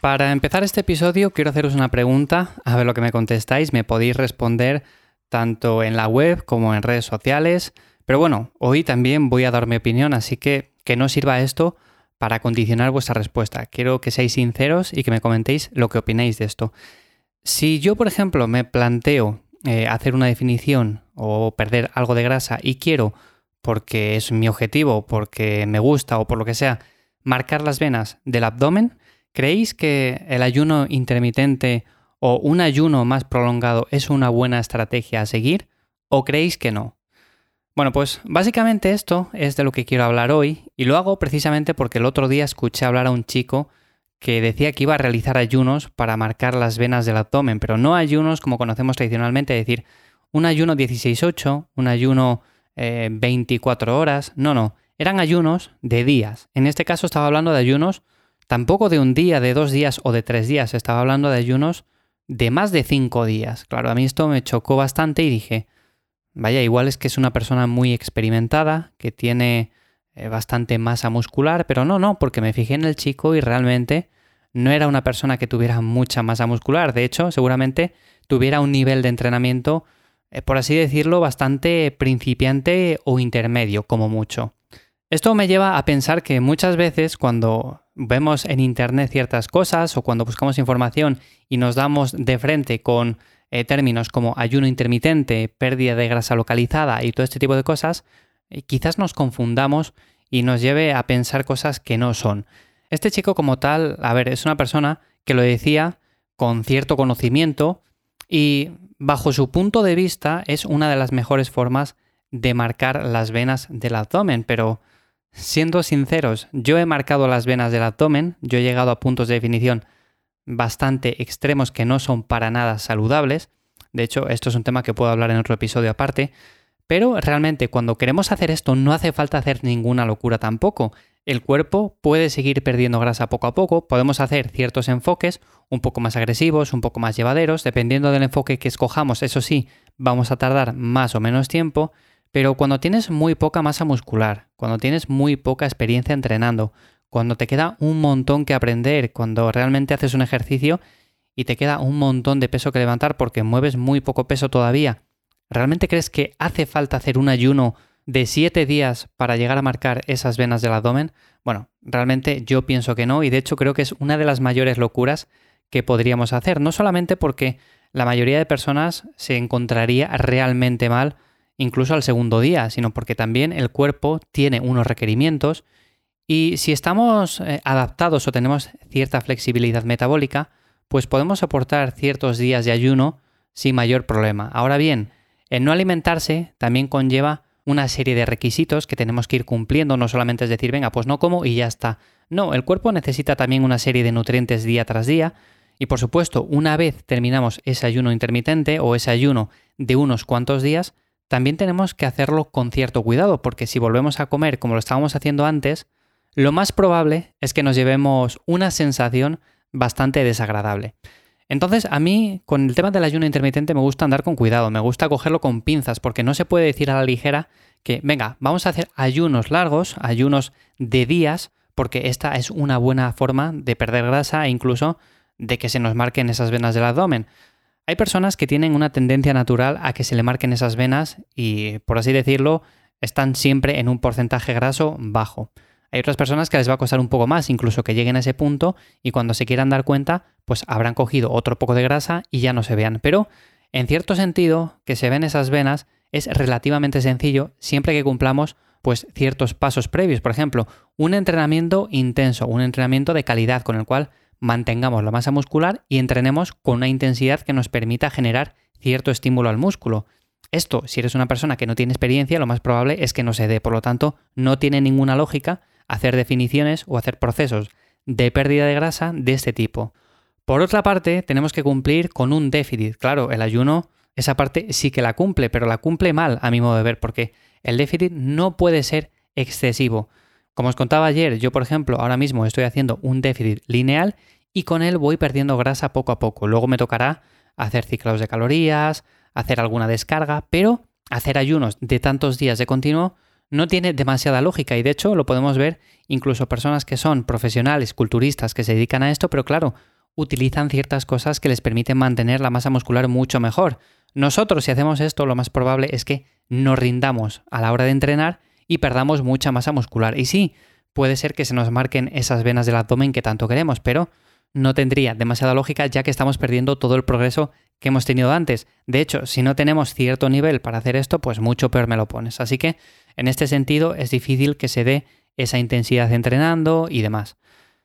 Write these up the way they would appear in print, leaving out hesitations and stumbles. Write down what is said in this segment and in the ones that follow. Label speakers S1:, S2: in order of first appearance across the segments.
S1: Para empezar este episodio quiero haceros una pregunta, a ver lo que me contestáis. Me podéis responder tanto en la web como en redes sociales. Pero bueno, hoy también voy a dar mi opinión, así que no sirva esto para condicionar vuestra respuesta. Quiero que seáis sinceros y que me comentéis lo que opináis de esto. Si yo, por ejemplo, me planteo hacer una definición o perder algo de grasa y quiero, porque es mi objetivo, porque me gusta o por lo que sea, marcar las venas del abdomen, ¿creéis que el ayuno intermitente o un ayuno más prolongado es una buena estrategia a seguir? ¿O creéis que no? Bueno, pues básicamente esto es de lo que quiero hablar hoy y lo hago precisamente porque el otro día escuché hablar a un chico que decía que iba a realizar ayunos para marcar las venas del abdomen, pero no ayunos como conocemos tradicionalmente, es decir, un ayuno 16-8, un ayuno 24 horas, no, eran ayunos de días. En este caso estaba hablando de ayunos tampoco de un día, de 2 días o de 3 días, estaba hablando de ayunos de más de 5 días. Claro, a mí esto me chocó bastante y dije, vaya, igual es que es una persona muy experimentada, que tiene bastante masa muscular, pero no, porque me fijé en el chico y realmente no era una persona que tuviera mucha masa muscular. De hecho, seguramente tuviera un nivel de entrenamiento, por así decirlo, bastante principiante o intermedio, como mucho. Esto me lleva a pensar que muchas veces cuando vemos en internet ciertas cosas o cuando buscamos información y nos damos de frente con términos como ayuno intermitente, pérdida de grasa localizada y todo este tipo de cosas, quizás nos confundamos y nos lleve a pensar cosas que no son. Este chico como tal, a ver, es una persona que lo decía con cierto conocimiento y bajo su punto de vista es una de las mejores formas de marcar las venas del abdomen, pero siendo sinceros, yo he marcado las venas del abdomen, yo he llegado a puntos de definición bastante extremos que no son para nada saludables. De hecho, esto es un tema que puedo hablar en otro episodio aparte. Pero realmente cuando queremos hacer esto no hace falta hacer ninguna locura tampoco. El cuerpo puede seguir perdiendo grasa poco a poco. Podemos hacer ciertos enfoques un poco más agresivos, un poco más llevaderos. Dependiendo del enfoque que escojamos, eso sí, vamos a tardar más o menos tiempo. Pero cuando tienes muy poca masa muscular, cuando tienes muy poca experiencia entrenando, cuando te queda un montón que aprender, cuando realmente haces un ejercicio y te queda un montón de peso que levantar porque mueves muy poco peso todavía, ¿realmente crees que hace falta hacer un ayuno de 7 días para llegar a marcar esas venas del abdomen? Bueno, realmente yo pienso que no y de hecho creo que es una de las mayores locuras que podríamos hacer. No solamente porque la mayoría de personas se encontraría realmente mal incluso al segundo día, sino porque también el cuerpo tiene unos requerimientos y si estamos adaptados o tenemos cierta flexibilidad metabólica, pues podemos soportar ciertos días de ayuno sin mayor problema. Ahora bien, el no alimentarse también conlleva una serie de requisitos que tenemos que ir cumpliendo, no solamente es decir, venga, pues no como y ya está. No, el cuerpo necesita también una serie de nutrientes día tras día y por supuesto, una vez terminamos ese ayuno intermitente o ese ayuno de unos cuantos días, también tenemos que hacerlo con cierto cuidado, porque si volvemos a comer como lo estábamos haciendo antes, lo más probable es que nos llevemos una sensación bastante desagradable. Entonces, a mí, con el tema del ayuno intermitente me gusta andar con cuidado, me gusta cogerlo con pinzas, porque no se puede decir a la ligera que, venga, vamos a hacer ayunos largos, ayunos de días, porque esta es una buena forma de perder grasa e incluso de que se nos marquen esas venas del abdomen. Hay personas que tienen una tendencia natural a que se le marquen esas venas y, por así decirlo, están siempre en un porcentaje graso bajo. Hay otras personas que les va a costar un poco más, incluso que lleguen a ese punto y cuando se quieran dar cuenta, pues habrán cogido otro poco de grasa y ya no se vean. Pero, en cierto sentido, que se ven esas venas es relativamente sencillo siempre que cumplamos pues ciertos pasos previos. Por ejemplo, un entrenamiento intenso, un entrenamiento de calidad con el cual mantengamos la masa muscular y entrenemos con una intensidad que nos permita generar cierto estímulo al músculo. Esto, si eres una persona que no tiene experiencia, lo más probable es que no se dé. Por lo tanto, no tiene ninguna lógica hacer definiciones o hacer procesos de pérdida de grasa de este tipo. Por otra parte, tenemos que cumplir con un déficit. Claro, el ayuno, esa parte sí que la cumple, pero la cumple mal a mi modo de ver, porque el déficit no puede ser excesivo. Como os contaba ayer, yo por ejemplo ahora mismo estoy haciendo un déficit lineal y con él voy perdiendo grasa poco a poco. Luego me tocará hacer ciclados de calorías, hacer alguna descarga, pero hacer ayunos de tantos días de continuo no tiene demasiada lógica y de hecho lo podemos ver incluso personas que son profesionales, culturistas, que se dedican a esto, pero claro, utilizan ciertas cosas que les permiten mantener la masa muscular mucho mejor. Nosotros, si hacemos esto, lo más probable es que nos rindamos a la hora de entrenar y perdamos mucha masa muscular. Y sí, puede ser que se nos marquen esas venas del abdomen que tanto queremos, pero no tendría demasiada lógica ya que estamos perdiendo todo el progreso que hemos tenido antes. De hecho, si no tenemos cierto nivel para hacer esto, pues mucho peor me lo pones. Así que, en este sentido, es difícil que se dé esa intensidad entrenando y demás.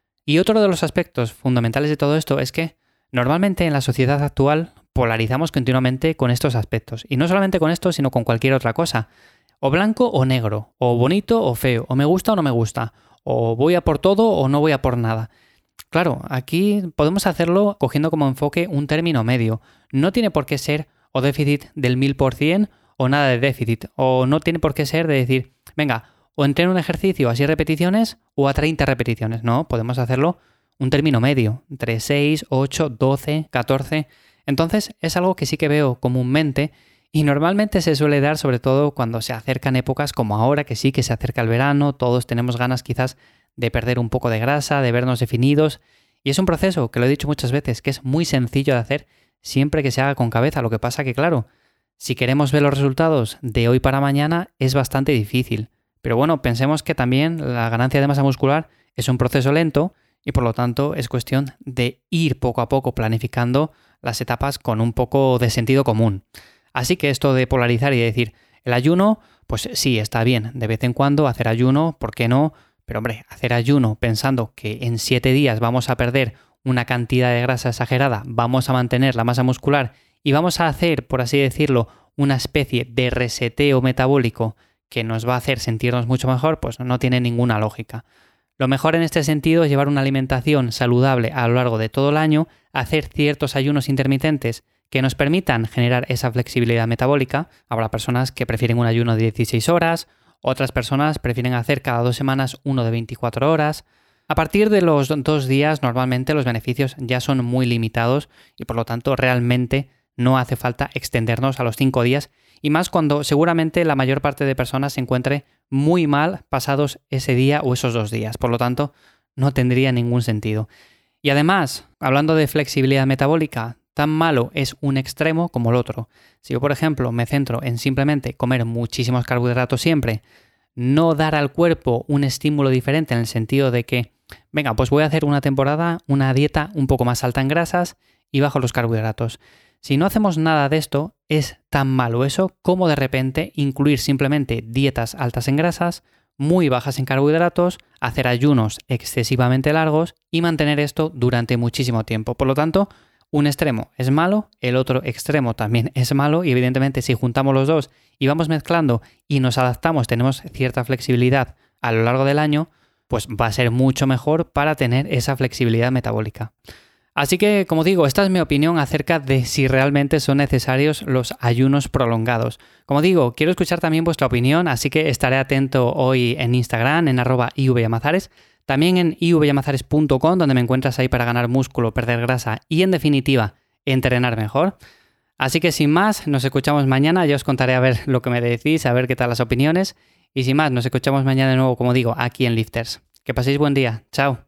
S1: Y otro de los aspectos fundamentales de todo esto es que normalmente en la sociedad actual polarizamos continuamente con estos aspectos. Y no solamente con esto, sino con cualquier otra cosa. O blanco o negro, o bonito o feo, o me gusta o no me gusta, o voy a por todo o no voy a por nada. Claro, aquí podemos hacerlo cogiendo como enfoque un término medio. No tiene por qué ser o déficit del 1000% o nada de déficit. O no tiene por qué ser de decir, venga, o entreno un ejercicio a 6 repeticiones o a 30 repeticiones. No, podemos hacerlo un término medio, entre 6, 8, 12, 14. Entonces es algo que sí que veo comúnmente y normalmente se suele dar sobre todo cuando se acercan épocas como ahora, que sí que se acerca el verano, todos tenemos ganas quizás de perder un poco de grasa, de vernos definidos. Y es un proceso, que lo he dicho muchas veces, que es muy sencillo de hacer siempre que se haga con cabeza. Lo que pasa que, claro, si queremos ver los resultados de hoy para mañana es bastante difícil. Pero bueno, pensemos que también la ganancia de masa muscular es un proceso lento y por lo tanto es cuestión de ir poco a poco planificando las etapas con un poco de sentido común. Así que esto de polarizar y decir, el ayuno, pues sí, está bien, de vez en cuando hacer ayuno, ¿por qué no? Pero hombre, hacer ayuno pensando que en 7 días vamos a perder una cantidad de grasa exagerada, vamos a mantener la masa muscular y vamos a hacer, por así decirlo, una especie de reseteo metabólico que nos va a hacer sentirnos mucho mejor, pues no tiene ninguna lógica. Lo mejor en este sentido es llevar una alimentación saludable a lo largo de todo el año, hacer ciertos ayunos intermitentes que nos permitan generar esa flexibilidad metabólica. Habrá personas que prefieren un ayuno de 16 horas, otras personas prefieren hacer cada 2 semanas uno de 24 horas. A partir de los 2 días normalmente los beneficios ya son muy limitados y por lo tanto realmente no hace falta extendernos a los 5 días y más cuando seguramente la mayor parte de personas se encuentre muy mal pasados ese día o esos 2 días. Por lo tanto, no tendría ningún sentido. Y además, hablando de flexibilidad metabólica, tan malo es un extremo como el otro. Si yo, por ejemplo, me centro en simplemente comer muchísimos carbohidratos siempre, no dar al cuerpo un estímulo diferente en el sentido de que, venga, pues voy a hacer una temporada, una dieta un poco más alta en grasas y bajo los carbohidratos. Si no hacemos nada de esto, es tan malo eso como de repente incluir simplemente dietas altas en grasas, muy bajas en carbohidratos, hacer ayunos excesivamente largos y mantener esto durante muchísimo tiempo. Por lo tanto, un extremo es malo, el otro extremo también es malo y evidentemente si juntamos los dos y vamos mezclando y nos adaptamos, tenemos cierta flexibilidad a lo largo del año, pues va a ser mucho mejor para tener esa flexibilidad metabólica. Así que, como digo, esta es mi opinión acerca de si realmente son necesarios los ayunos prolongados. Como digo, quiero escuchar también vuestra opinión, así que estaré atento hoy en Instagram, en @ivyamazares, también en ivyamazares.com, donde me encuentras ahí para ganar músculo, perder grasa y, en definitiva, entrenar mejor. Así que, sin más, nos escuchamos mañana. Ya os contaré a ver lo que me decís, a ver qué tal las opiniones. Y sin más, nos escuchamos mañana de nuevo, como digo, aquí en Lifters. Que paséis buen día. Chao.